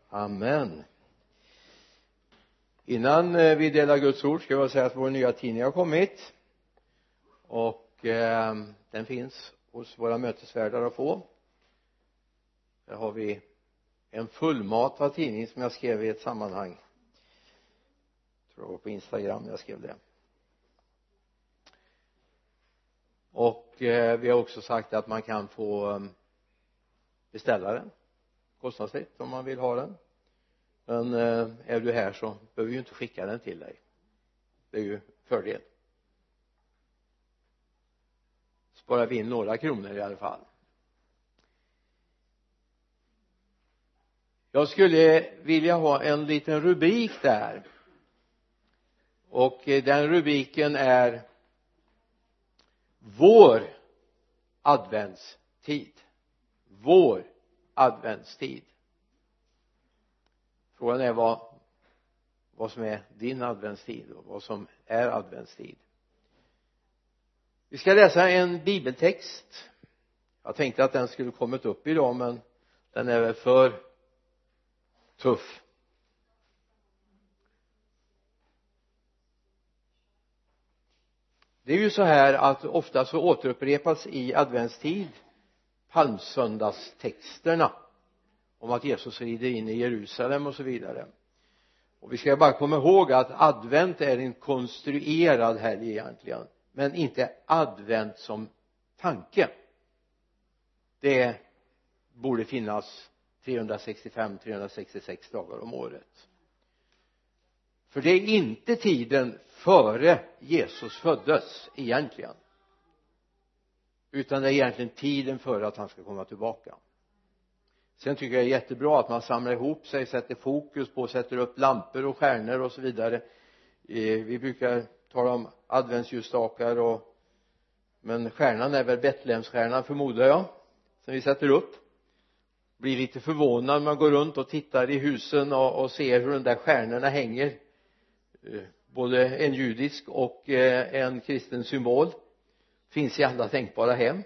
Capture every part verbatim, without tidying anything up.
Amen. Innan vi delar Guds ord ska jag säga att vår nya tidning har kommit och eh, den finns hos våra mötesvärdar att få. Där har vi en fullmatad tidning som jag skrev i ett sammanhang. Jag tror det var på Instagram jag skrev det. Och eh, vi har också sagt att man kan få eh, beställa den kostnadsfritt om man vill ha den. Men eh, är du här så behöver vi inte skicka den till dig. Det är ju fördel. Sparar vi in några kronor i alla fall. Jag skulle vilja ha en liten rubrik där. Och den rubriken är Vår adventstid. Vår adventstid. Frågan är vad, vad som är din adventstid och vad som är adventstid. Vi ska läsa en bibeltext. Jag tänkte att den skulle kommit upp idag, men den är väl för tuff. Det är ju så här att ofta så återupprepas i adventstid palmsöndagstexterna om att Jesus rider in i Jerusalem och så vidare. Och vi ska bara komma ihåg att advent är en konstruerad helg egentligen, men inte advent som tanke. Det borde finnas trehundrasextiofem till trehundrasextiosex dagar om året. För det är inte tiden före Jesus föddes egentligen, utan det är egentligen tiden före att han ska komma tillbaka. Sen tycker jag det är jättebra att man samlar ihop sig, sätter fokus på, sätter upp lampor och stjärnor och så vidare. Vi brukar tala om adventsljusstakar och men stjärnan är väl Betlehemsstjärnan, förmodar jag, som vi sätter upp. Blir lite förvånad när man går runt och tittar i husen och, och ser hur de där stjärnorna hänger. Både en judisk och en kristen symbol finns i alla tänkbara hem.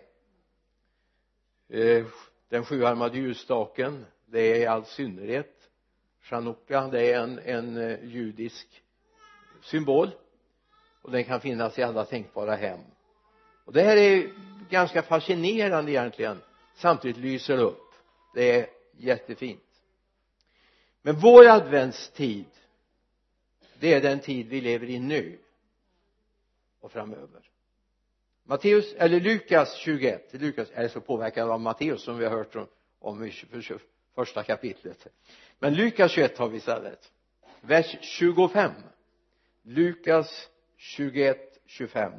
Den sjuarmade ljusstaken, det är i all synnerhet Chanukka, det är en, en judisk symbol, och den kan finnas i alla tänkbara hem. Och det här är ganska fascinerande egentligen, samtidigt lyser det upp. Det är jättefint. Men vår adventstid, det är den tid vi lever i nu och framöver. Matteus, eller Lukas tjugoett, Lukas är så påverkad av Matteus som vi har hört om, om i första kapitlet. Men Lukas tjugoett har vi istället. Vers tjugofem. Lukas tjugoett tjugofem.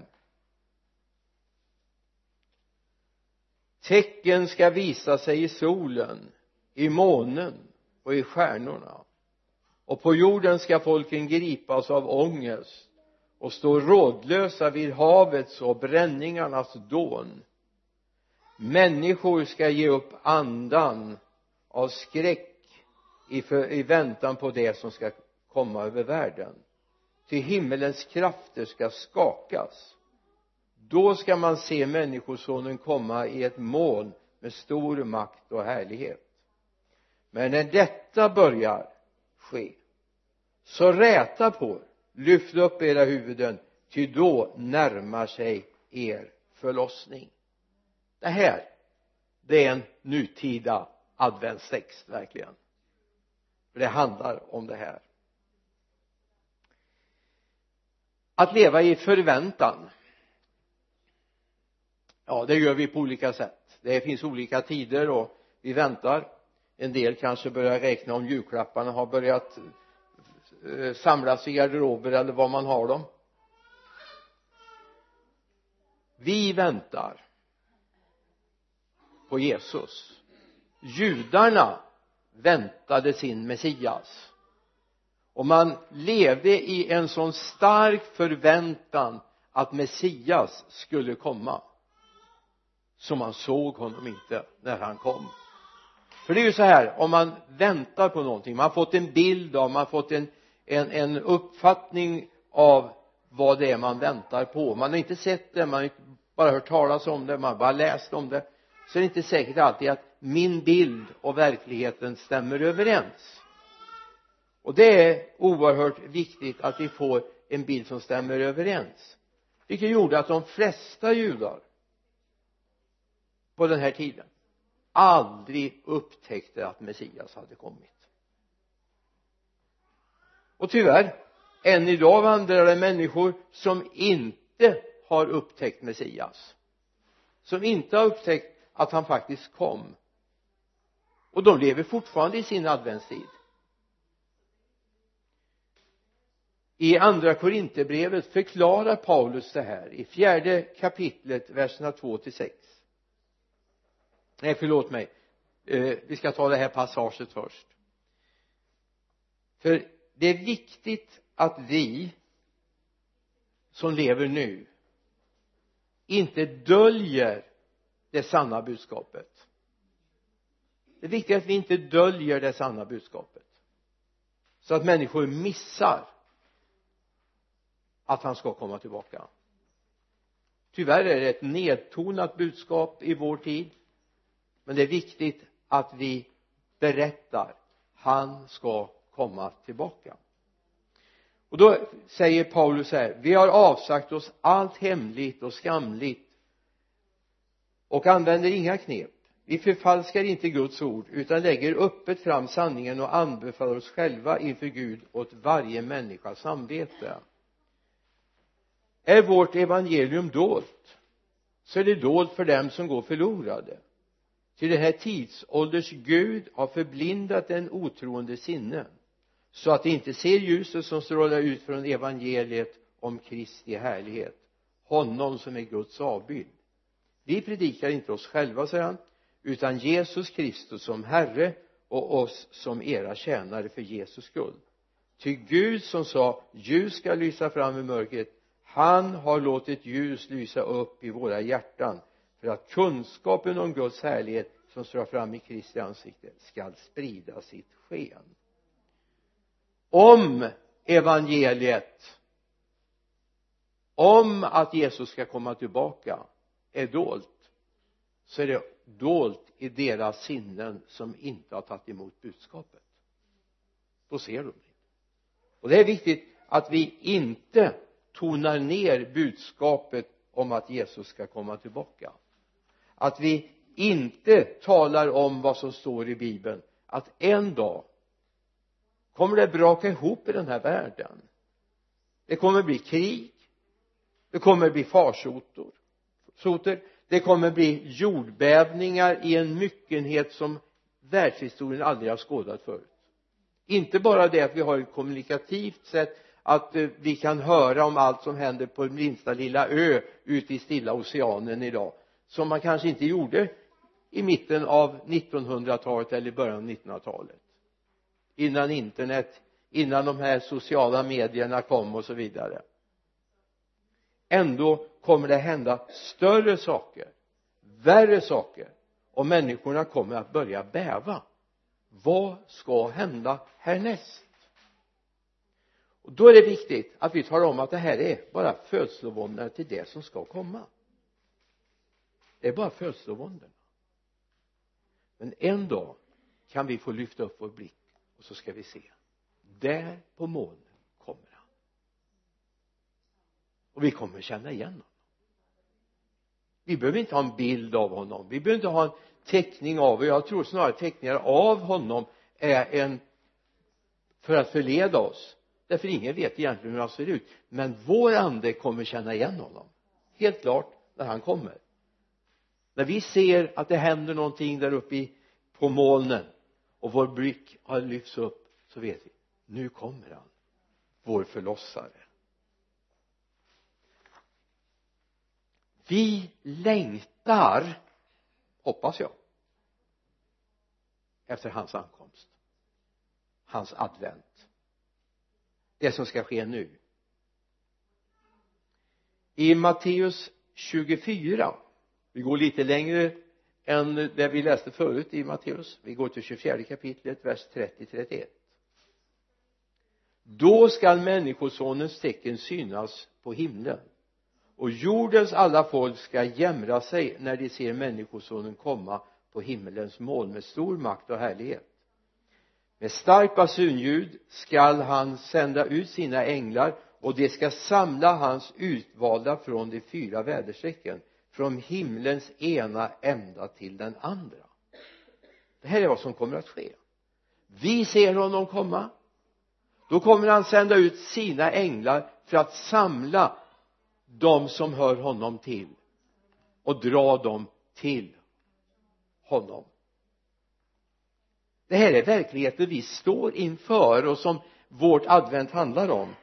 Tecken ska visa sig i solen, i månen och i stjärnorna. Och på jorden ska folken gripas av ångest och stå rådlösa vid havets och bränningarnas dån. Människor ska ge upp andan av skräck i, för, i väntan på det som ska komma över världen. Till himmelens krafter ska skakas. Då ska man se människosonen komma i ett moln med stor makt och härlighet. Men när detta börjar ske, så räta på er, lyft upp era huvuden, ty då närmar sig er förlossning. Det här, det är en nutida adventstext verkligen. För det handlar om det här. Att leva i förväntan. Ja, det gör vi på olika sätt. Det finns olika tider och vi väntar. En del kanske börjar räkna om julklapparna har börjat eh, samlas i garderober eller vad man har dem. Vi väntar på Jesus. Judarna väntade sin Messias. Och man levde i en sån stark förväntan att Messias skulle komma. Så man såg honom inte när han kom. För det är ju så här, om man väntar på någonting, man har fått en bild av, man har fått en, en, en uppfattning av vad det är man väntar på. Man har inte sett det, man har inte bara hört talas om det, man har bara läst om det. Så är det inte säkert alltid att min bild och verkligheten stämmer överens. och det är oerhört viktigt att vi får en bild som stämmer överens, vilket gjorde att de flesta judar på den här tiden aldrig upptäckte att Messias hade kommit. Och tyvärr, än idag vandrar det människor som inte har upptäckt Messias, som inte har upptäckt att han faktiskt kom, och de lever fortfarande i sin adventstid. I andra Korinthierbrevet förklarar Paulus det här i fjärde kapitlet, verserna två till sex. Nej, förlåt mig, eh, vi ska ta det här passaget först. För det är viktigt att vi som lever nu inte döljer det sanna budskapet. Det är viktigt att vi inte döljer det sanna budskapet, så att människor missar att han ska komma tillbaka. Tyvärr är det ett nedtonat budskap i vår tid, men det är viktigt att vi berättar: han ska komma tillbaka. Och då säger Paulus här: vi har avsagt oss allt hemligt och skamligt och använder inga knep. Vi förfalskar inte Guds ord, utan lägger öppet fram sanningen och anbefaller oss själva inför Gud åt varje människas samvete. Är vårt evangelium dolt, så är det dolt för dem som går förlorade. Till det här tidsålders Gud har förblindat den otroende sinnen, så att de inte ser ljuset som strålar ut från evangeliet om Kristi härlighet, honom som är Guds avbild. Vi predikar inte oss själva, säger han, utan Jesus Kristus som Herre och oss som era tjänare för Jesus skull. Ty Gud som sa: ljus ska lysa fram i mörkret, han har låtit ljus lysa upp i våra hjärtan, för att kunskapen om Guds härlighet som står fram i Kristi ansikte ska sprida sitt sken. Om evangeliet om att Jesus ska komma tillbaka är dolt, så är det dolt i deras sinnen som inte har tagit emot budskapet. Då ser de det. Och det är viktigt att vi inte tonar ner budskapet om att Jesus ska komma tillbaka. Att vi inte talar om vad som står i Bibeln, att en dag kommer det braka ihop i den här världen. Det kommer bli krig, det kommer bli farsoter, det kommer bli jordbävningar i en myckenhet som världshistorien aldrig har skådat förut. Inte bara det att vi har ett kommunikativt sätt, att vi kan höra om allt som händer på minsta lilla ö ute i Stilla oceanen idag, som man kanske inte gjorde i mitten av nittonhundratalet eller början av nittonhundratalet, innan internet, innan de här sociala medierna kom och så vidare. Ändå kommer det hända större saker, värre saker, och människorna kommer att börja bäva. Vad ska hända härnäst? Och då är det viktigt att vi talar om att det här är bara födslovåndor till det som ska komma. Det är bara födslovåndorna. Men en dag kan vi få lyfta upp vår blick, och så ska vi se: där på molnen kommer han. Och vi kommer känna igen honom. Vi behöver inte ha en bild av honom, vi behöver inte ha en teckning av, och jag tror snarare teckningar av honom är en för att förleda oss, därför ingen vet egentligen hur han ser ut. Men vår ande kommer känna igen honom helt klart när han kommer. När vi ser att det händer någonting där uppe i, på molnen, och vår blick har lyfts upp, så vet vi: nu kommer han, vår förlossare. Vi längtar, hoppas jag, efter hans ankomst, hans advent, det som ska ske nu. I Matteus tjugofyra, vi går lite längre än det vi läste förut i Matteus, vi går till tjugofjärde kapitlet, vers trettio till trettioett. Då skall människosonens tecken synas på himlen, och jordens alla folk ska jämra sig när de ser människosonen komma på himmelens moln med stor makt och härlighet. Med starkt basunljud skall han sända ut sina änglar, och de ska samla hans utvalda från de fyra väderstrecken, från himlens ena ända till den andra. Det här är vad som kommer att ske. Vi ser honom komma. Då kommer han sända ut sina änglar för att samla de som hör honom till och dra dem till honom. Det här är verkligheten vi står inför och som vårt advent handlar om.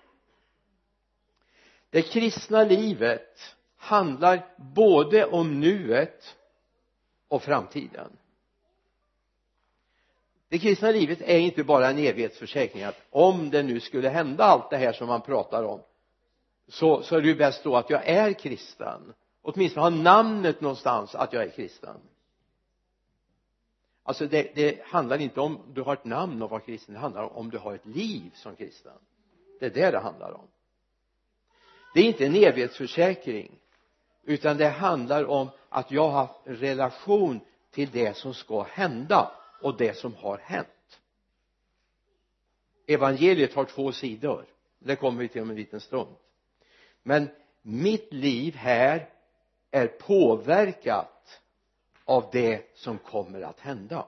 Det kristna livet handlar både om nuet och framtiden. Det kristna livet är inte bara en evighetsförsäkring att om det nu skulle hända allt det här som man pratar om, så, så är det ju bäst då att jag är kristen. Åtminstone har namnet någonstans att jag är kristen. Alltså det, det handlar inte om du har ett namn och var kristen. Det handlar om om du har ett liv som kristen. Det är det det handlar om. Det är inte en evighetsförsäkring, utan det handlar om att jag har relation till det som ska hända och det som har hänt. Evangeliet har två sidor. Det kommer vi till om en liten stund. Men mitt liv här är påverkat av det som kommer att hända.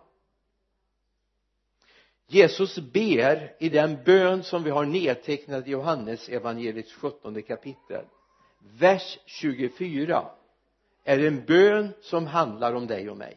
Jesus ber i den bön som vi har nedtecknat i Johannes evangeliets sjuttonde kapitel. Vers tjugofyra är en bön som handlar om dig och mig.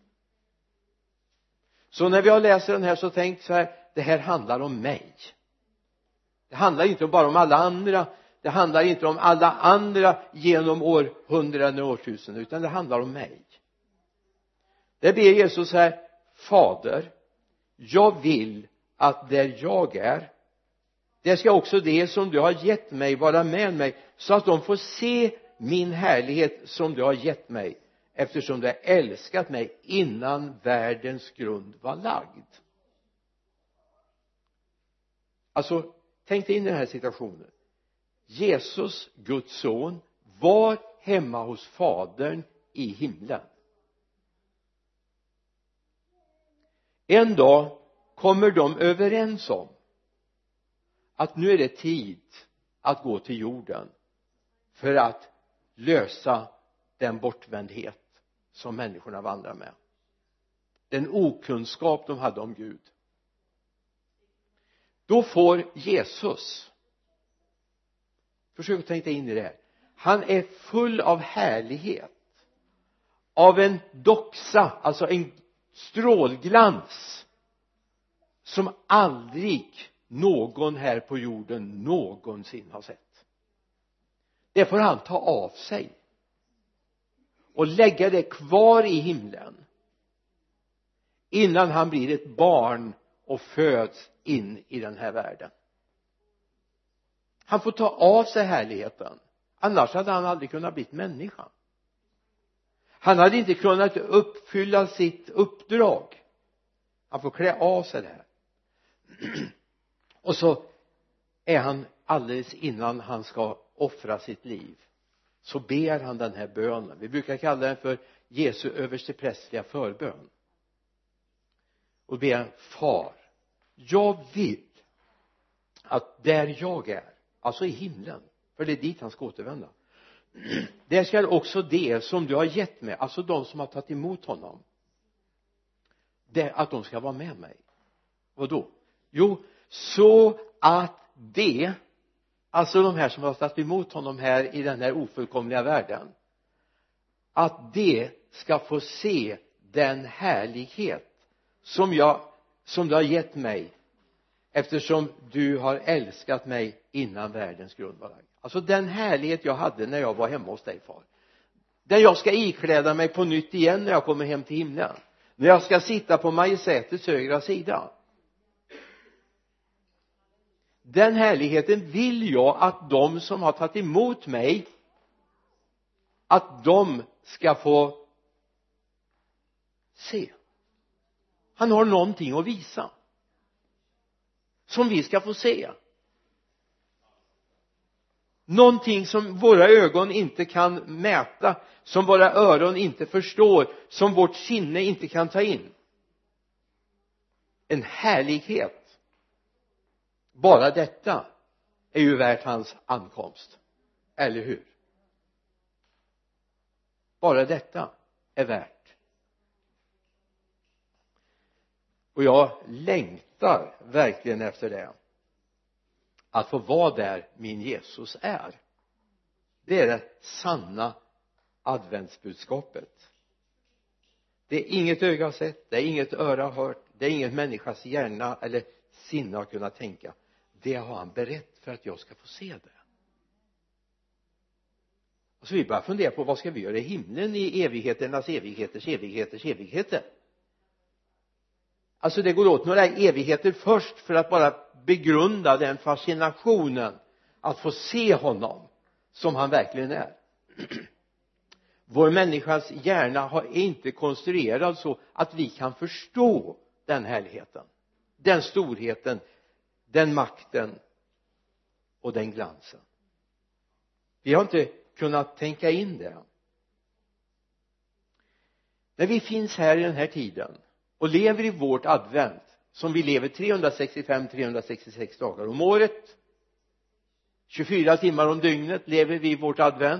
Så när vi har läst den här så tänk så här, det här handlar om mig. Det handlar inte bara om alla andra. Det handlar inte om alla andra genom århundraden och årtusenden, utan det handlar om mig. Det ber Jesus här: Fader, jag vill att där jag är, det ska också det som du har gett mig vara med mig, så att de får se min härlighet som du har gett mig, eftersom du har älskat mig innan världens grund var lagd. Alltså, tänk dig in i den här situationen. Jesus, Guds son, var hemma hos Fadern i himlen. En dag kommer de överens om att nu är det tid att gå till jorden för att lösa den bortvändhet som människorna vandrar med. Den okunskap de hade om Gud. Då får Jesus, försök att tänka in i det här, han är full av härlighet, av en doxa, alltså en strålglans som aldrig någon här på jorden någonsin har sett. Det får han ta av sig och lägga det kvar i himlen innan han blir ett barn och föds in i den här världen. Han får ta av sig härligheten, annars hade han aldrig kunnat bli människa. Han hade inte kunnat uppfylla sitt uppdrag. Han får klä av sig det här. Och så är han alldeles innan han ska offra sitt liv, så ber han den här bönen. Vi brukar kalla den för Jesu översteprästliga förbön. Och ber han: Far, jag vill att där jag är, alltså i himlen, för det är dit han ska återvända, där ska också det som du har gett mig, alltså de som har tagit emot honom, det, att de ska vara med mig. Vad då? Jo, så att det, alltså de här som har tagit emot honom här i den här ofullkomliga världen, att det ska få se den härlighet som jag som du har gett mig, eftersom du har älskat mig innan världens grund var lagd. Alltså den härlighet jag hade när jag var hemma hos dig, far, där jag ska ikläda mig på nytt igen när jag kommer hem till himlen, när jag ska sitta på majestätets högra sida. Den härligheten vill jag att de som har tagit emot mig, att de ska få se. Han har någonting att visa som vi ska få se. Någonting som våra ögon inte kan mäta, som våra öron inte förstår, som vårt sinne inte kan ta in. en härlighet. Bara detta är ju värt hans ankomst, eller hur? Bara detta är värt. Och jag längtar verkligen efter det, att få vara där min Jesus är. Det är det sanna adventsbudskapet. Det är inget öga sett, det är inget öra hört, det är inget människas hjärna eller sinne har kunnat tänka. Det har han berett för att jag ska få se det. Och så vi bara fundera på, vad ska vi göra i himlen i evigheternas evigheters evigheters evigheter? Alltså det går åt några evigheter först för att bara begrunda den fascinationen att få se honom som han verkligen är. Vår människas hjärna är inte konstruerad så att vi kan förstå den härligheten, den storheten, den makten och den glansen. Vi har inte kunnat tänka in det. När vi finns här i den här tiden och lever i vårt advent, som vi lever trehundrasextiofem till trehundrasextiosex dagar om året, tjugofyra timmar om dygnet lever vi i vårt advent,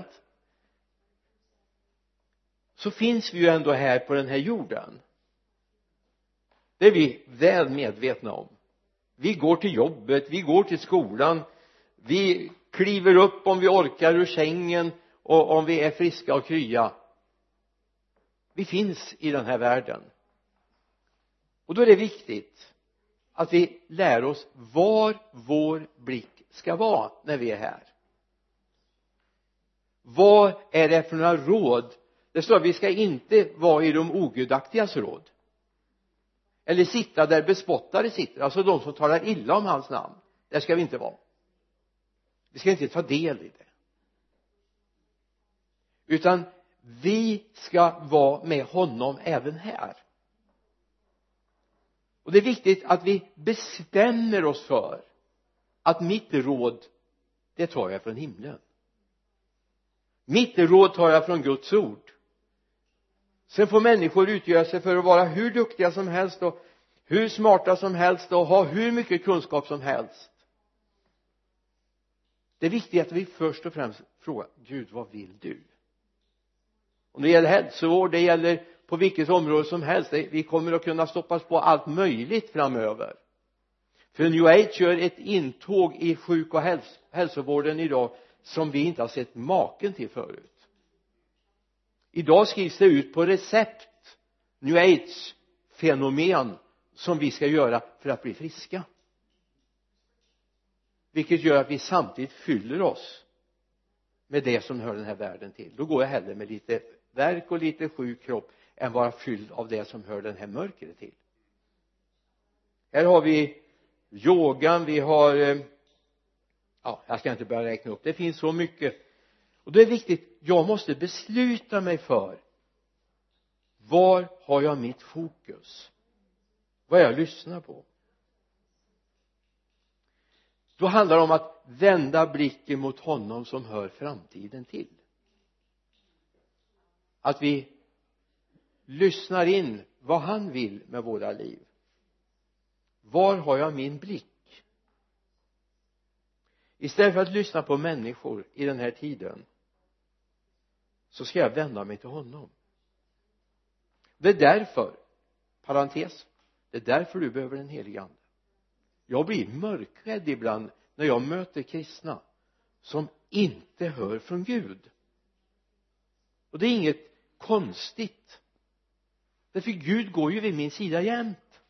så finns vi ju ändå här på den här jorden. Det är vi väl medvetna om. Vi går till jobbet, vi går till skolan, vi kliver upp om vi orkar ur sängen och om vi är friska och krya. Vi finns i den här världen. Och då är det viktigt att vi lär oss var vår blick ska vara när vi är här. Vad är det för några råd? Det står att vi ska inte vara i de ogudaktigas råd. Eller sitta där bespottare sitter, alltså de som talar illa om hans namn. Där ska vi inte vara. Vi ska inte ta del i det. Utan vi ska vara med honom även här. Och det är viktigt att vi bestämmer oss för att mitt råd, det tar jag från himlen. Mitt råd tar jag från Guds ord. Sen får människor utgöra sig för att vara hur duktiga som helst och hur smarta som helst och ha hur mycket kunskap som helst. Det är viktigt att vi först och främst frågar Gud, vad vill du? Om det gäller hälsovård, det gäller på vilket område som helst. Vi kommer att kunna stoppas på allt möjligt framöver. För New Age gör ett intåg i sjuk- och häls- hälsovården idag som vi inte har sett maken till förut. Idag skrivs det ut på recept New Age fenomen som vi ska göra för att bli friska. Vilket gör att vi samtidigt fyller oss med det som hör den här världen till. Då går jag hellre med lite värk och lite sjuk kropp än vara fylld av det som hör den här mörkret till. Här har vi yogan, vi har ja, jag ska inte börja räkna upp, det finns så mycket. Och det är viktigt, jag måste besluta mig för var har jag mitt fokus, vad jag lyssnar på. Då handlar det om att vända blicken mot honom som hör framtiden till. Att vi lyssnar in vad han vill med våra liv. Var har jag min blick? Istället för att lyssna på människor i den här tiden, så ska jag vända mig till honom. Det är därför, parentes, det är därför du behöver den helige ande. Jag blir mörkrädd ibland när jag möter kristna som inte hör från Gud. Och det är inget konstigt. Därför Gud går ju vid min sida jämt.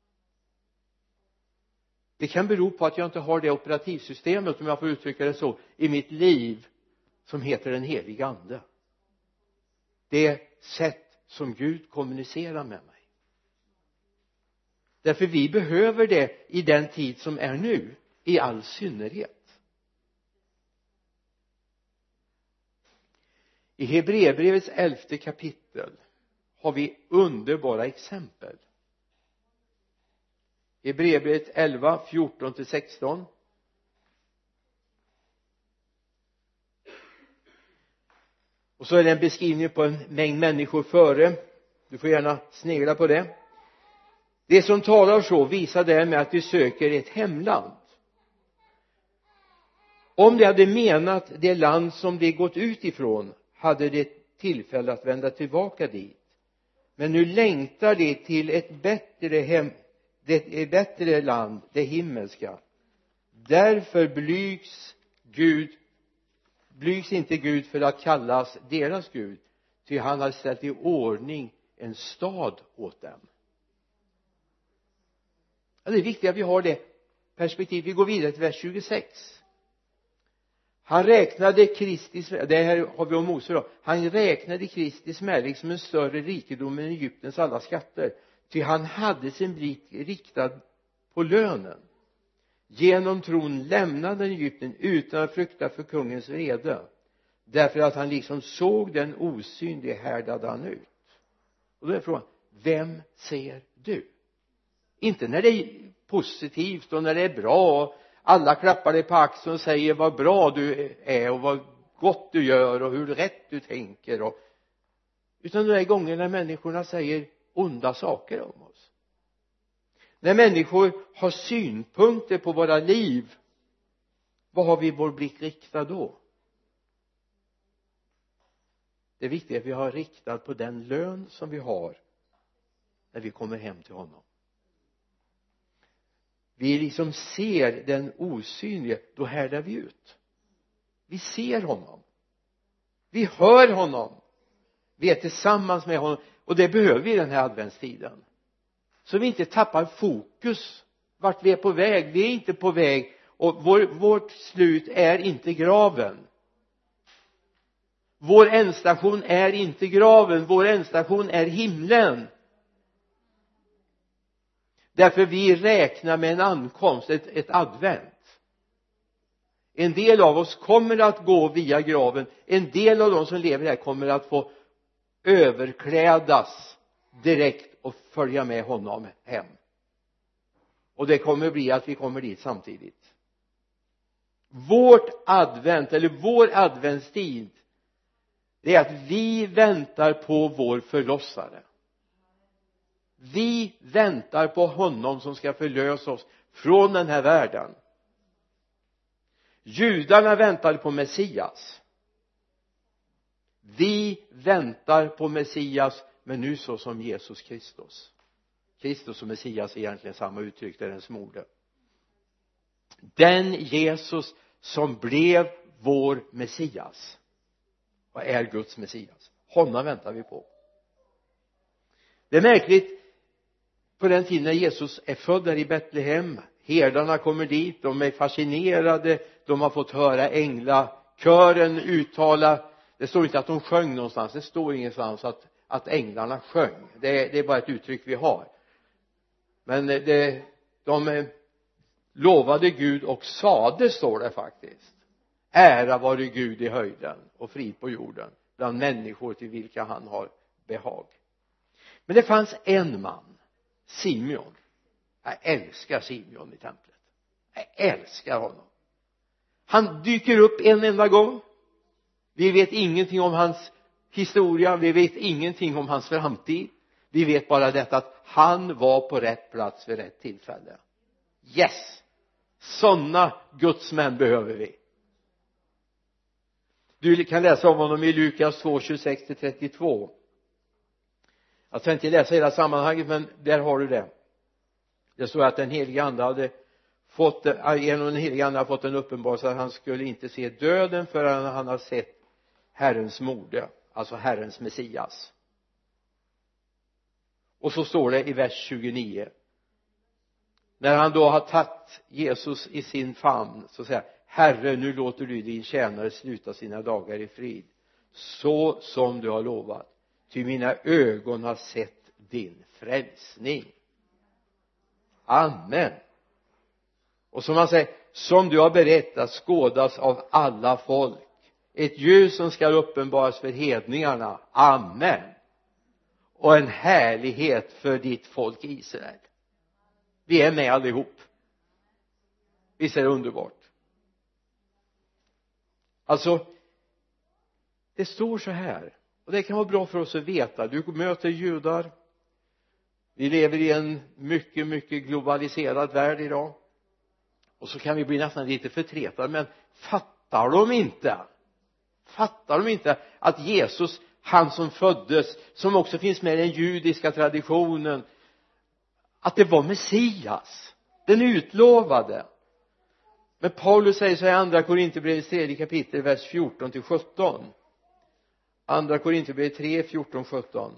Det kan bero på att jag inte har det operativsystemet, om jag får uttrycka det så, i mitt liv som heter den helige ande. Det sätt som Gud kommunicerar med mig. Därför vi behöver det i den tid som är nu, i all synnerhet. I Hebreerbrevets elfte kapitel har vi underbara exempel. Hebreerbrevet elva, fjorton till sexton. Och så är det en beskrivning på en mängd människor före. Du får gärna snegla på det. Det som talar så visar därmed att de söker ett hemland. Om de hade menat det land som de gått ut ifrån hade det tillfälle att vända tillbaka dit. Men nu längtar de till ett bättre hem, det är bättre land, det himmelska. Därför blygs Gud blygs inte Gud för att kallas deras Gud, ty han har ställt i ordning en stad åt dem. Ja, det är viktigt att vi har det perspektiv. Vi går vidare till vers tjugosex. Han räknade Kristi, det här har vi om Mose då. Han räknade Kristi smärlig som en större rikedom än Egyptens alla skatter, ty han hade sin blick riktad på lönen. Genom tron lämnade han Egypten utan att frukta för kungens vrede, därför att han liksom såg den osynlige härdade han ut. Och då är frågan, vem ser du? Inte när det är positivt och när det är bra, alla klappar dig på axeln och säger vad bra du är och vad gott du gör och hur rätt du tänker, och utan det är gånger när människorna säger onda saker om oss. När människor har synpunkter på våra liv, vad har vi vår blick riktad då? Det är viktigt att vi har riktat på den lön som vi har när vi kommer hem till honom. Vi liksom ser den osynlige, då härdar vi ut. Vi ser honom, vi hör honom, vi är tillsammans med honom, och det behöver vi i den här adventstiden, så vi inte tappar fokus vart vi är på väg. Vi är inte på väg, och vår, vårt slut är inte graven. Vår ändstation är inte graven, vår ändstation är himlen. Därför vi räknar med en ankomst, ett, ett advent. En del av oss kommer att gå via graven. En del av de som lever här kommer att få överklädas direkt och följa med honom hem. Och det kommer bli att vi kommer dit samtidigt. Vårt advent, eller vår adventstid, det är att vi väntar på vår förlossare. Vi väntar på honom som ska förlösa oss från den här världen. Judarna väntade på Messias. Vi väntar på Messias, men nu så som Jesus Kristus. Kristus och Messias är egentligen samma uttryck, det är en smorde. Den Jesus som blev vår Messias och är Guds Messias. Honom väntar vi på. Det är märkligt, på den tiden när Jesus är född där i Betlehem, herdarna kommer dit, de är fascinerade, de har fått höra änglakören uttala. Det står inte att de sjöng någonstans, det står ingenstans att, att änglarna sjöng. Det är, det är bara ett uttryck vi har. Men det, de lovade Gud och sade, står det faktiskt. Ära vare Gud i höjden och frid på jorden bland människor till vilka han har behag. Men det fanns en man, Simeon. Jag älskar Simeon i templet. Jag älskar honom. Han dyker upp en enda gång. Vi vet ingenting om hans historia. Vi vet ingenting om hans framtid. Vi vet bara detta att han var på rätt plats vid rätt tillfälle. Yes! Sådana Guds män behöver vi. Du kan läsa om honom i Lukas två, tjugosex till trettiotvå. Jag ska inte läsa hela sammanhanget, men där har du det. Det står att den helige ande hade fått, genom den helige ande hade fått en uppenbarelse att han skulle inte se döden förrän han har sett Herrens mode, alltså Herrens Messias. Och så står det i vers tjugonio, när han då har tagit Jesus i sin famn, så säger Herre, nu låter du din tjänare sluta sina dagar i frid, så som du har lovat, ty mina ögon har sett din frälsning. Amen. Och som han säger, som du har berättat skådas av alla folk, ett ljus som ska uppenbaras för hedningarna. Amen. Och en härlighet för ditt folk Israel. Vi är med allihop. Visst är det underbart? Alltså, det står så här, och det kan vara bra för oss att veta. Du möter judar, Vi lever i en mycket mycket globaliserad värld idag, och så kan vi bli nästan lite förtretade, men fattar de inte fattar de inte att Jesus, han som föddes, som också finns med i den judiska traditionen, att det var Messias, den utlovade. Men Paulus säger så här i andra Korinthierbrevets tredje kapitel, vers fjorton till sjutton. Andra Korinthierbrevet tre, fjorton, sjutton.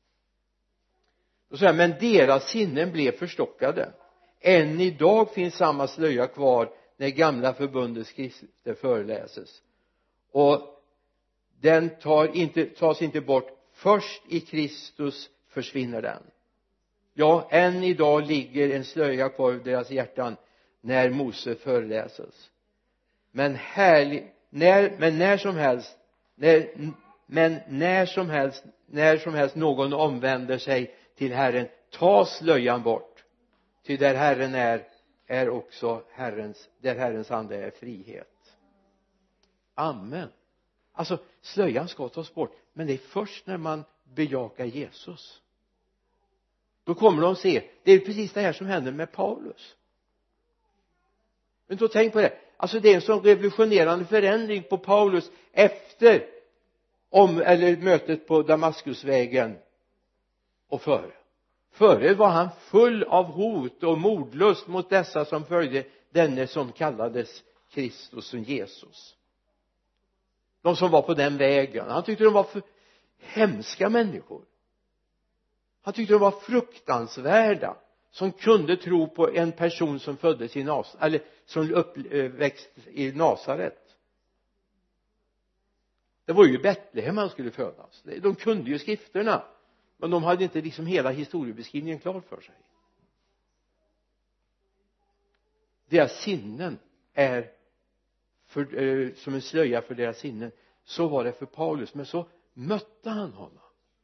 Då säger han: men deras sinnen blev förstockade. Än idag finns samma slöja kvar när gamla förbundets skrifter föreläses. Och den tar inte, tas inte bort. Först i Kristus försvinner den. Ja, än idag ligger en slöja kvar i deras hjärtan när Mose föreläses. Men härlig, när, men när som helst, när, men när som helst, när som helst någon omvänder sig till Herren, ta slöjan bort. Ty där Herren är, är också Herrens, där Herrens ande är frihet. Amen. Alltså, slöjan ska tas bort, men det är först när man bejakar Jesus. Då kommer de se, det är precis det här som händer med Paulus. Men då tänk på det, alltså det är en sån revolutionerande förändring på Paulus efter om, eller mötet på Damaskusvägen och före. Före var han full av hot och mordlust mot dessa som följde denne som kallades Kristus som Jesus. De som var på den vägen. Han tyckte de var för hemska människor. Han tyckte de var fruktansvärda som kunde tro på en person som föddes i Nas eller som uppväxt i Nasaret. Det var ju i Betlehem han skulle födas. De kunde ju skrifterna, men de hade inte liksom hela historiebeskrivningen klar för sig. Deras sinnen är för, eh, som en slöja för deras sinnen. Så var det för Paulus, men så mötte han honom,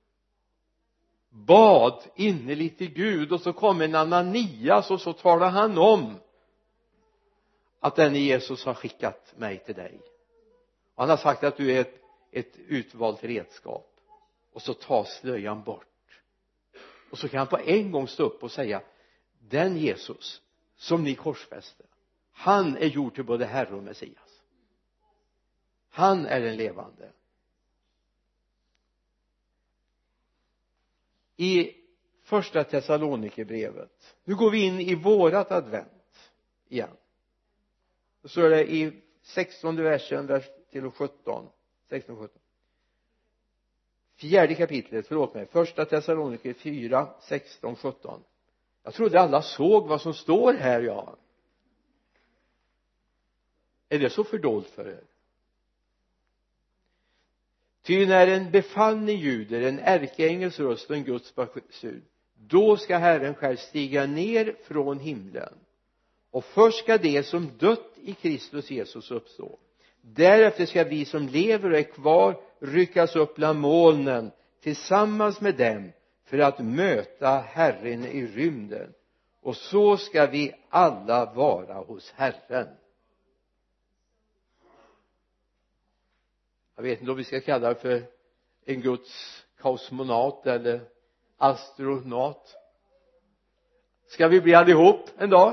bad innerligt till Gud, och så kom en Ananias och så talade han om att den Jesus har skickat mig till dig. Och han har sagt att du är ett, ett utvalt redskap, och så tar slöjan bort, och så kan han på en gång stå upp och säga: den Jesus som ni korsfäste, han är gjord till både Herre och Messias. Han är den levande. I första Thessalonikerbrevet, nu går vi in i vårat advent igen. Så är det i sextonde versen vers till sjutton, sexton sjutton. Fjärde kapitlet, förlåt mig, första Thessaloniker fyra, sexton sjutton. Jag trodde alla såg vad som står här, ja. Är det så fördolt för er? Ty när en befallning ljuder, en ärkeängels röst och en Guds basun, då ska Herren själv stiga ner från himlen, och först ska det som dött i Kristus Jesus uppstå. Därefter ska vi som lever och är kvar ryckas upp bland molnen tillsammans med dem för att möta Herren i rymden, och så ska vi alla vara hos Herren. Jag vet inte om vi ska kalla det för en Guds kosmonaut eller astronaut. Ska vi bli allihop en dag?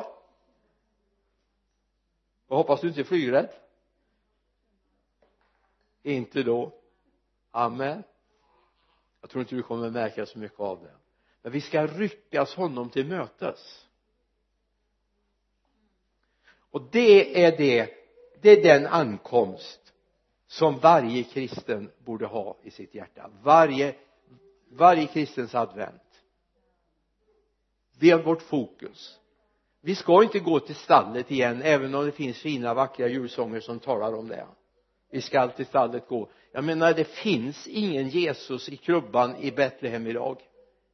Och hoppas du inte är flygrädd. Inte då. Amen. Jag tror inte du kommer märka så mycket av det. Men vi ska ryckas honom till mötes. Och det är det, det är den ankomst som varje kristen borde ha i sitt hjärta. Varje, varje kristens advent. Det är vårt fokus. Vi ska inte gå till stallet igen, även om det finns fina vackra julsånger som talar om det. Vi ska till stallet gå. Jag menar, det finns ingen Jesus i krubban i Betlehem idag.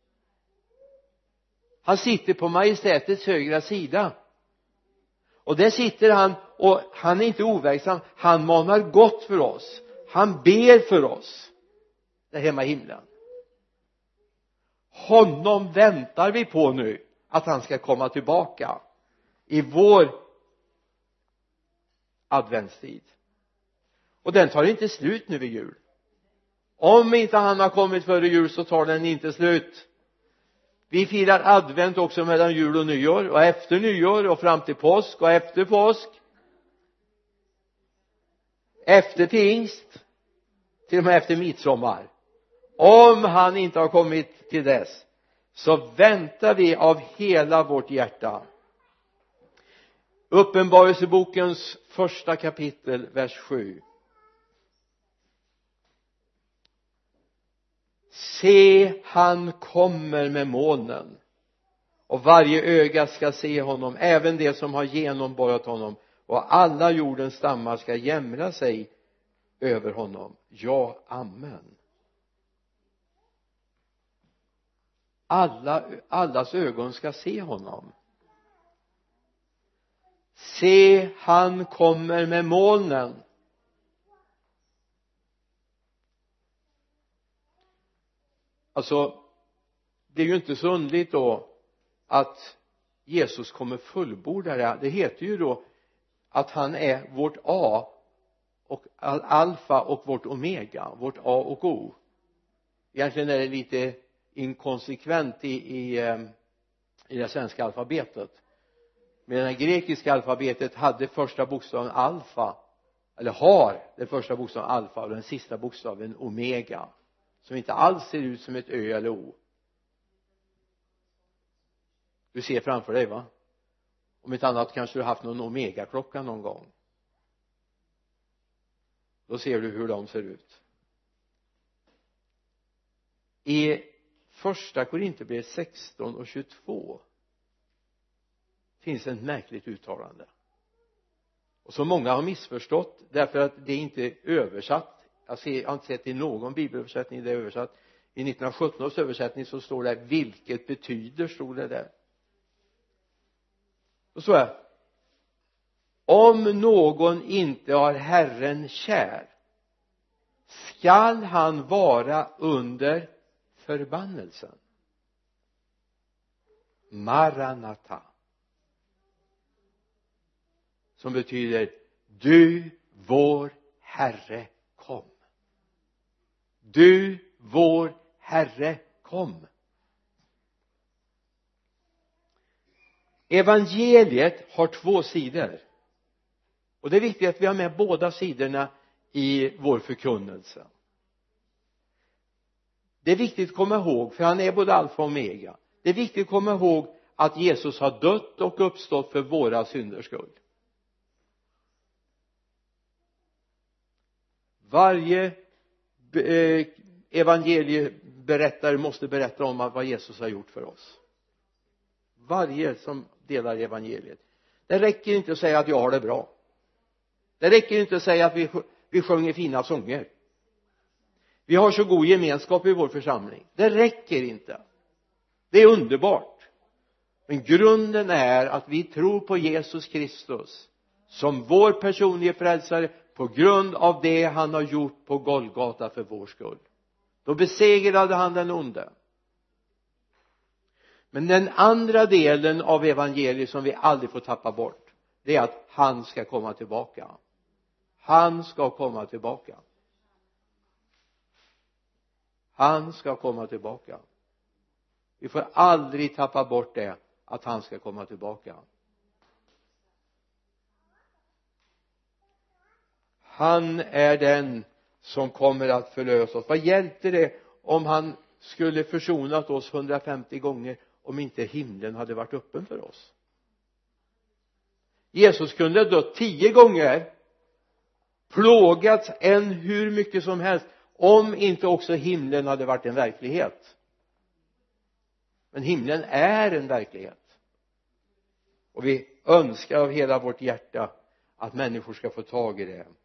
Han sitter på majestätets högra sida. Och där sitter han, och han är inte overksam. Han manar gott för oss. Han ber för oss där hemma i himlen. Honom väntar vi på nu, att han ska komma tillbaka i vår adventstid. Och den tar inte slut nu vid jul. Om inte han har kommit före jul så tar den inte slut. Vi firar advent också mellan jul och nyår, och efter nyår och fram till påsk och efter påsk, efter pingst, till och med efter midsommar. Om han inte har kommit till dess, så väntar vi av hela vårt hjärta. Uppenbarelsebokens första kapitel, vers sju. Se, han kommer med molnen, och varje öga ska se honom, även det som har genomborrat honom, och alla jordens stammar ska jämra sig över honom. Ja, amen. Alla, allas ögon ska se honom. Se, han kommer med molnen. Alltså, det är ju inte så underligt då att Jesus kommer fullbordare. Det heter ju då att han är vårt A och alfa och vårt omega, vårt A och O. Egentligen är det lite inkonsekvent i, i, i det svenska alfabetet. Men det grekiska alfabetet hade första bokstaven alfa, eller har den första bokstaven alfa och den sista bokstaven omega, som inte alls ser ut som ett Ö eller O. Du ser framför dig, va? Om inte annat kanske du har haft någon omega-klocka någon gång. Då ser du hur de ser ut. I första Korinthierbrevet sexton och tjugotvå finns ett märkligt uttalande, och så många har missförstått, därför att det är inte översatt. Jag, ser, jag har inte sett i någon bibelöversättning det är översatt. I nittonhundrasjutton års översättning så står det vilket betyder, stod det där. Och så är: om någon inte har Herren kär, skall han vara under förbannelsen. Maranatha, som betyder du vår Herre kom. Du vår Herre kom. Evangeliet har två sidor, och det är viktigt att vi har med båda sidorna i vår förkunnelse. Det är viktigt att komma ihåg, för han är både alfa och omega. Det är viktigt att komma ihåg att Jesus har dött och uppstått för våra synders skull. Varje eh, evangelieberättare måste berätta om vad Jesus har gjort för oss. Varje som delar evangeliet. Det räcker inte att säga att jag har det bra. Det räcker inte att säga att vi, vi sjunger fina sånger. Vi har så god gemenskap i vår församling. Det räcker inte. Det är underbart. Men grunden är att vi tror på Jesus Kristus som vår personliga frälsare, på grund av det han har gjort på Golgata för vår skull. Då besegrade han den onde. Men den andra delen av evangeliet som vi aldrig får tappa bort, det är att han ska komma tillbaka. Han ska komma tillbaka. Han ska komma tillbaka. Vi får aldrig tappa bort det, att han ska komma tillbaka. Han är den som kommer att förlösa oss. Vad hjälpte det om han skulle försonat oss hundrafemtio gånger om inte himlen hade varit öppen för oss? Jesus kunde ha dött tio gånger, plågats än hur mycket som helst, om inte också himlen hade varit en verklighet. Men himlen är en verklighet, och vi önskar av hela vårt hjärta att människor ska få tag i det.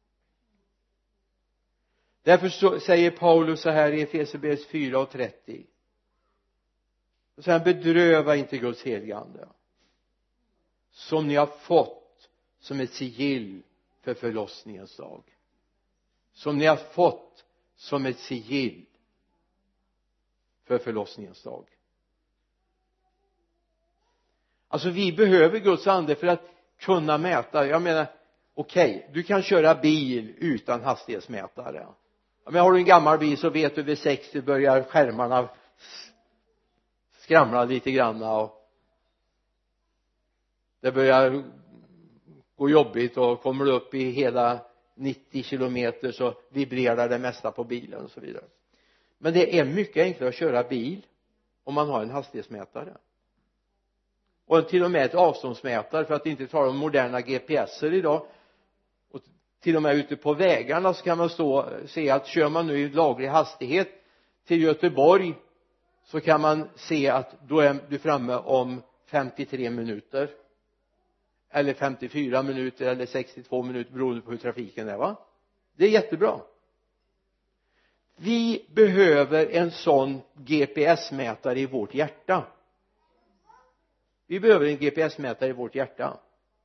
Därför så säger Paulus så här i Efesierbrevet fyra och trettio. Så säger han: bedröva inte Guds helige ande, som ni har fått som ett sigill för förlossningens dag. Som ni har fått som ett sigill för förlossningens dag. Alltså vi behöver Guds ande för att kunna mäta. Jag menar, okej, okay, du kan köra bil utan hastighetsmätare. Men har du en gammal bil så vet du vid sextio börjar skärmarna skramlar lite grann och det börjar gå jobbigt och kommer du upp i hela nittio kilometer så vibrerar det mesta på bilen och så vidare. Men det är mycket enklare att köra bil om man har en hastighetsmätare och till och med ett avståndsmätare, för att inte tala om moderna G P S-er idag. Och till och med ute på vägarna så kan man stå se att kör man nu i laglig hastighet till Göteborg så kan man se att då är du framme om femtiotre minuter eller femtiofyra minuter eller sextiotvå minuter beroende på hur trafiken är, va? Det är jättebra. Vi behöver en sån G P S-mätare i vårt hjärta. Vi behöver en G P S-mätare i vårt hjärta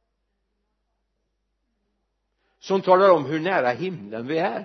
som talar om hur nära himlen vi är.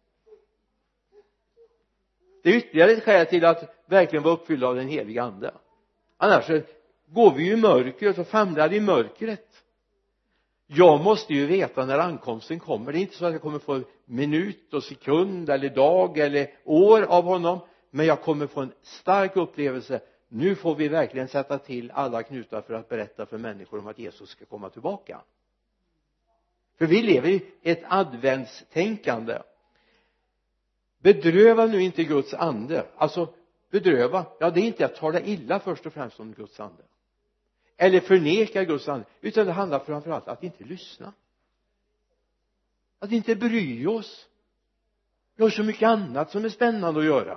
Det är ytterligare ett skäl till att verkligen vara uppfylld av den heliga ande. Annars går vi ju i mörkret och famlar i mörkret. Jag måste ju veta när ankomsten kommer. Det är inte så att jag kommer få minut och sekund eller dag eller år av honom, men jag kommer få en stark upplevelse. Nu får vi verkligen sätta till alla knutar för att berätta för människor om att Jesus ska komma tillbaka. För vi lever i ett adventstänkande. Bedröva nu inte Guds ande. Alltså bedröva, ja det är inte att tala illa först och främst om Guds ande eller förneka Guds ande, utan det handlar framförallt att inte lyssna, att inte bry oss. Vi har så mycket annat som är spännande att göra.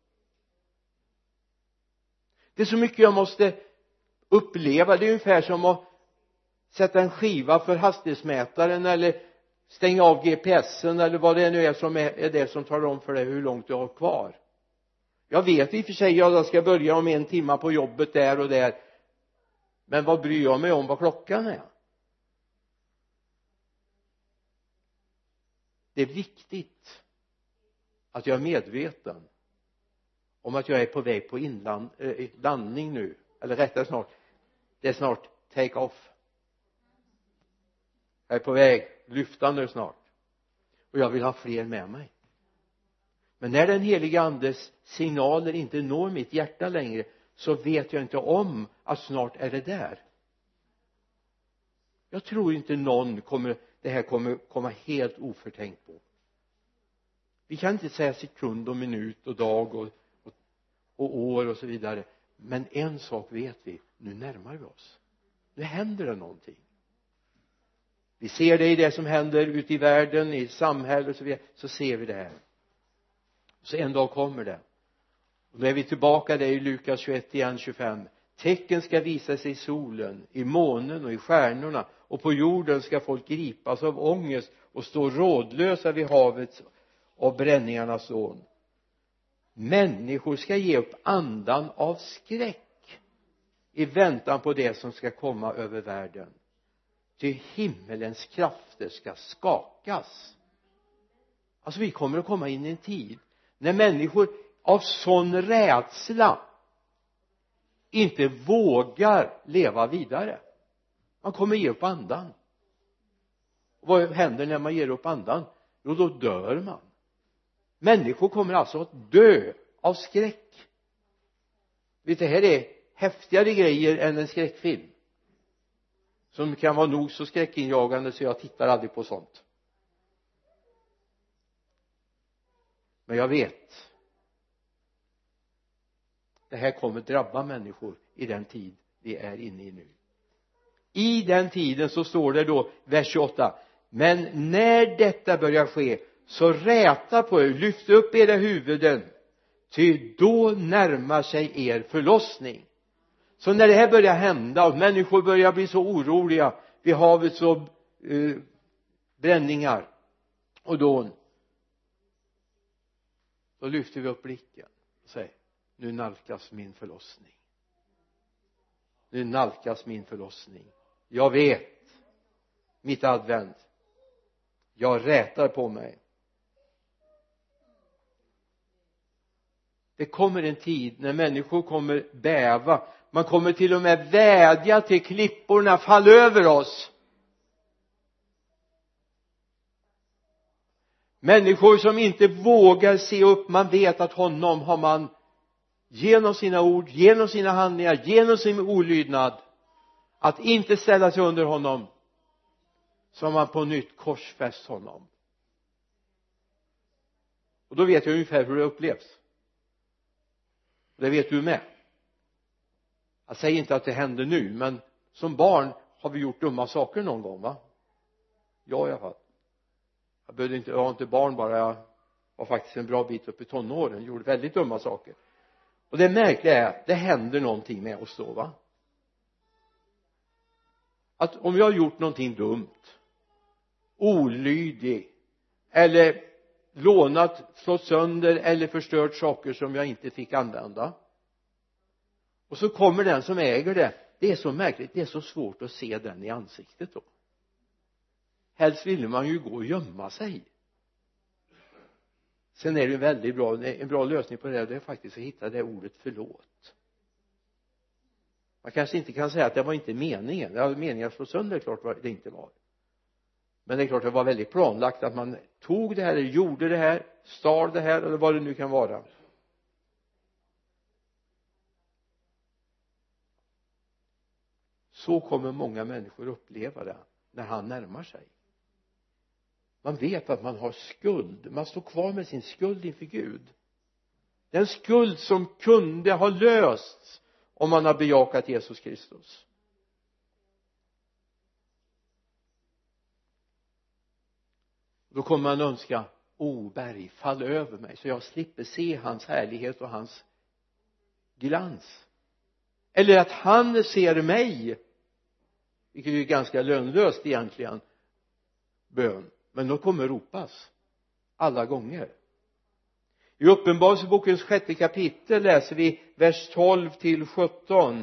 Det är så mycket jag måste uppleva. Det är ungefär som att sätta en skiva för hastighetsmätaren eller stänga av G P S-en eller vad det nu är som är, är det som talar om för dig hur långt du har kvar. Jag vet i och för sig att jag ska börja om en timme på jobbet där och där, men vad bryr jag mig om vad klockan är? Det är viktigt att jag är medveten om att jag är på väg på inland, äh, landning nu, eller rättare snart, det är snart take off. Jag är på väg, lyfta nu snart, och jag vill ha fler med mig. Men när den heliga andes signaler inte når mitt hjärta längre, så vet jag inte om att snart är det där. Jag tror inte någon kommer, det här kommer komma helt oförtänkt på. Vi kan inte säga sekund och minut och dag och, och, och år och så vidare. Men en sak vet vi, nu närmar vi oss. Nu händer det någonting. Vi ser det i det som händer ute i världen, i samhället och så vidare. Så ser vi det här. Så en dag kommer det. Och då är vi tillbaka där i Lukas tjugoett igen, tjugofem. Tecken ska visa sig i solen, i månen och i stjärnorna. Och på jorden ska folk gripas av ångest och stå rådlösa vid havets och bränningarnas dån. Människor ska ge upp andan av skräck i väntan på det som ska komma över världen. Ty himmelens krafter ska skakas. Alltså vi kommer att komma in i en tid när människor av sån rädsla inte vågar leva vidare. Man kommer ge upp andan. Och vad händer när man ger upp andan? Jo, då dör man. Människor kommer alltså att dö av skräck. Vet du, det här är häftigare grejer än en skräckfilm, som kan vara nog så skräckinjagande så jag tittar aldrig på sånt. Men jag vet, det här kommer drabba människor i den tid vi är inne i nu. I den tiden så står det då, vers tjugoåtta. Men när detta börjar ske, så räta på er, lyft upp era huvuden, ty då närmar sig er förlossning. Så när det här börjar hända och människor börjar bli så oroliga vid havets och uh, bränningar och dån, då lyfter vi upp blicken och säger, nu nalkas min förlossning. Nu nalkas min förlossning. Jag vet mitt advent. Jag rätar på mig. Det kommer en tid när människor kommer bäva. Man kommer till och med vädja till klipporna, fall över oss. Människor som inte vågar se upp. Man vet att honom har man genom sina ord, genom sina handlingar, genom sin olydnad, att inte ställa sig under honom, så har man på nytt korsfäst honom. Och då vet jag ungefär hur det upplevs. Det vet du med. Jag säger inte att det händer nu, men som barn har vi gjort dumma saker någon gång, va? Ja, i alla fall. Jag behövde inte, jag var inte barn bara, jag var faktiskt en bra bit upp i tonåren, gjorde väldigt dumma saker. Och det märkliga är, det händer någonting med oss då, va? Att om jag har gjort någonting dumt, olydig, eller lånat, slått sönder eller förstört saker som jag inte fick använda, och så kommer den som äger det, det är så märkligt, det är så svårt att se den i ansiktet då. Helst vill man ju gå och gömma sig. Sen är det en väldigt bra, en bra lösning på det här, det är faktiskt att hitta det ordet förlåt. Man kanske inte kan säga att det var inte meningen, det var meningen att slå sönder, klart vad det inte var. Men det är klart det var väldigt planlagt att man tog det här, eller gjorde det här, stal det här, eller vad det nu kan vara. Så kommer många människor uppleva det när han närmar sig. Man vet att man har skuld, man står kvar med sin skuld inför Gud. Den skuld som kunde ha lösts om man har bejakat Jesus Kristus. Då kommer man önska, o berg, fall över mig så jag slipper se hans härlighet och hans glans. Eller att han ser mig, vilket är ganska lönlöst egentligen, bön. Men de kommer ropas alla gånger. I Uppenbarelsebokens sjätte kapitel läser vi vers tolv till sjutton.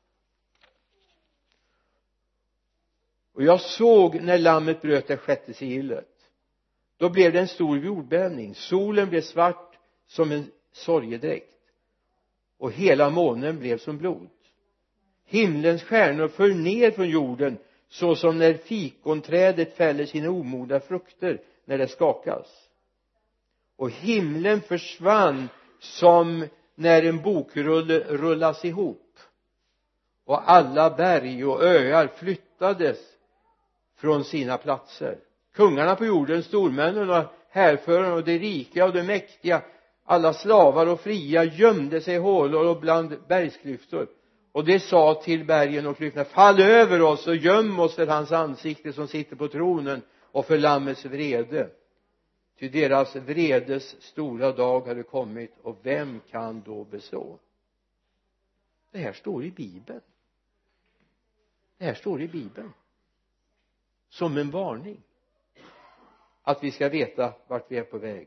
Och jag såg när lammet bröt det sjätte sigillet. Då blev det en stor jordbävning. Solen blev svart som en sorgedräkt. Och hela månen blev som blod. Himlens stjärnor föll ner från jorden, så som när fikonträdet fäller sina omogna frukter när det skakas. Och himlen försvann som när en bokrulle rullas ihop. Och alla berg och öar flyttades från sina platser. Kungarna på jorden, stormännen och härförarna och de rika och de mäktiga, alla slavar och fria gömde sig i hålor och bland bergsklyftor. Och det sa till bergen och klyftorna, fall över oss och göm oss för hans ansikte som sitter på tronen och för lammets vrede. Ty deras vredes stora dag hade kommit, och vem kan då bestå? Det här står i Bibeln. Det här står i Bibeln. Som en varning. Att vi ska veta vart vi är på väg.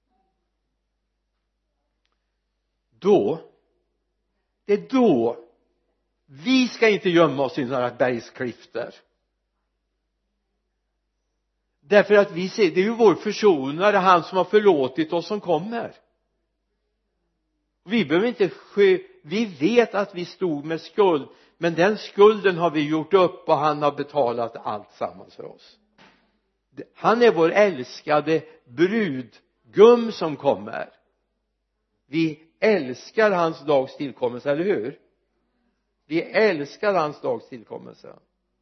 Då, det är då, vi ska inte gömma oss i några bergsklyftor. Därför att vi ser, det är ju vår försonare, han som har förlåtit oss, som kommer. Vi behöver inte ske, vi vet att vi stod med skuld, men den skulden har vi gjort upp och han har betalat allt sammans för oss. Han är vår älskade brudgum som kommer. Vi älskar hans dags tillkommelse, eller hur? Vi älskar hans dags tillkommelse.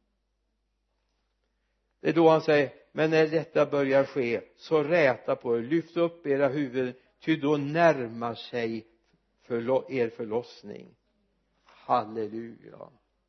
Det är då han säger, men när detta börjar ske, så räta på er, lyft upp era huvuden, ty då närmar sig förlo- er förlossning. Halleluja.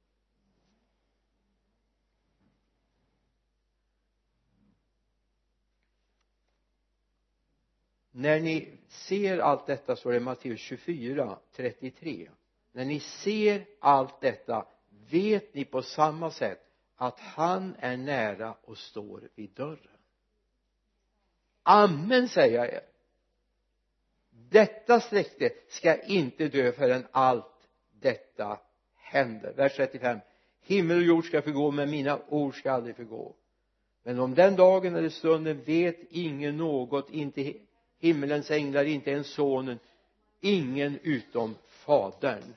När ni ser allt detta, så är det Matteus tjugofyra trettiotre. När ni ser allt detta, vet ni på samma sätt att han är nära och står vid dörren. Amen, säger jag er. Detta släkte ska inte dö förrän allt detta händer. Vers trettiofem. Himmel och jord ska förgå, men mina ord ska aldrig förgå. Men om den dagen eller stunden vet ingen något, inte himmelens änglar, inte ens sonen, ingen utom fadern.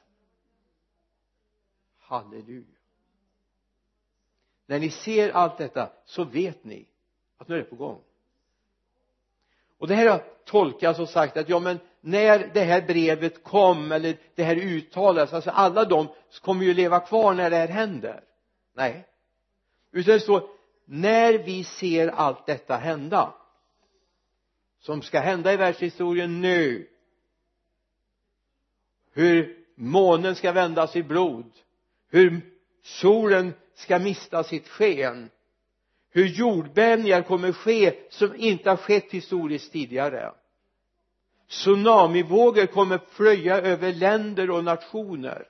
Halleluja. När ni ser allt detta, så vet ni att nu är det på gång. Och det här har tolkats och sagt att ja, men när det här brevet kom eller det här uttalas, alltså alla de kommer ju leva kvar när det här händer. Nej, utan det står när vi ser allt detta hända som ska hända i världshistorien nu, hur månen ska vändas i blod, hur solen ska mista sitt sken, hur jordbävningar kommer ske som inte har skett historiskt tidigare, tsunamivågor kommer flöja över länder och nationer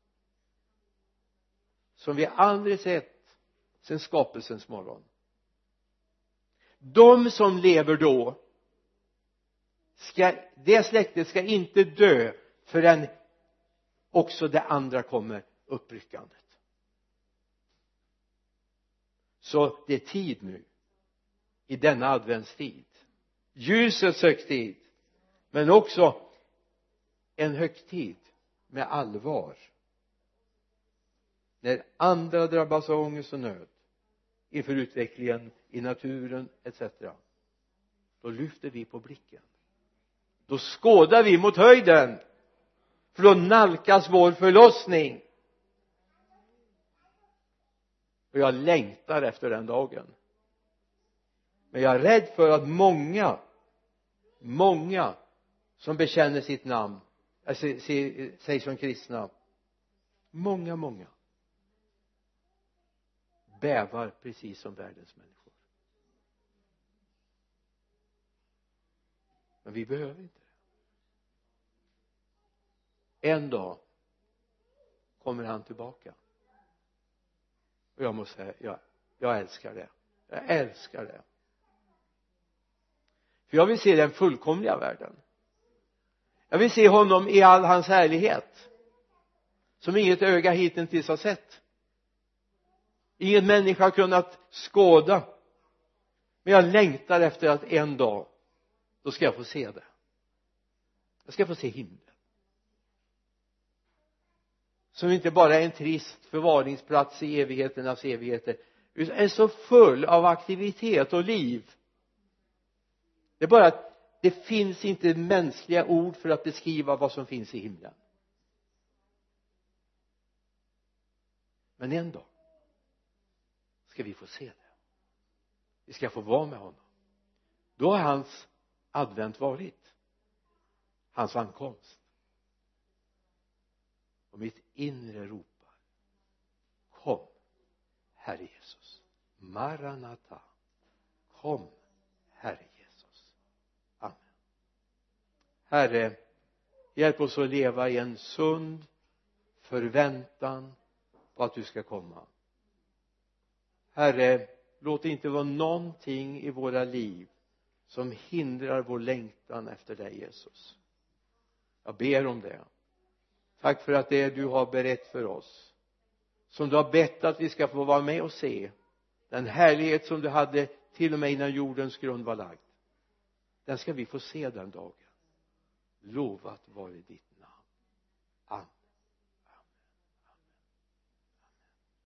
som vi aldrig sett sedan skapelsens morgon. De som lever då ska, det släktet ska inte dö förrän också det andra kommer uppryckandet. Så det är tid nu i denna adventstid, ljusets högtid, men också en högtid med allvar, när andra drabbas av ångest och nöd inför utvecklingen i naturen et cetera. Då lyfter vi på blicken, då skådar vi mot höjden, för då nalkas vår förlossning. Och jag längtar efter den dagen, men jag är rädd för att många många som bekänner sitt namn, alltså säger som kristna, många många bävar precis som världens människor. Men vi behöver inte det. En dag kommer han tillbaka, och jag måste säga, jag, jag älskar det jag älskar det för jag vill se den fullkomliga världen. Jag vill se honom i all hans härlighet, som inget öga hittills har sett, ingen människa har kunnat skåda. Men jag längtar efter att en dag då ska jag få se det. Jag ska få se himlen, som inte bara är en trist förvaringsplats i evigheternas evigheter, utan är så full av aktivitet och liv. Det är bara att det finns inte mänskliga ord för att beskriva vad som finns i himlen. Men en dag ska vi få se det. Vi ska få vara med honom. Då har hans advent varit, hans ankomst. Och mitt inre ropar: kom, Herre Jesus. Maranata, kom, Herre Jesus. Amen. Herre, hjälp oss att leva i en sund förväntan på att du ska komma. Herre, låt det inte vara någonting i våra liv som hindrar vår längtan efter dig, Jesus. Jag ber om det. Tack för att det du har berett för oss, som du har bett att vi ska få vara med och se, den härlighet som du hade till och med innan jordens grund var lagd, den ska vi få se den dagen. Lovat vare ditt namn. Amen.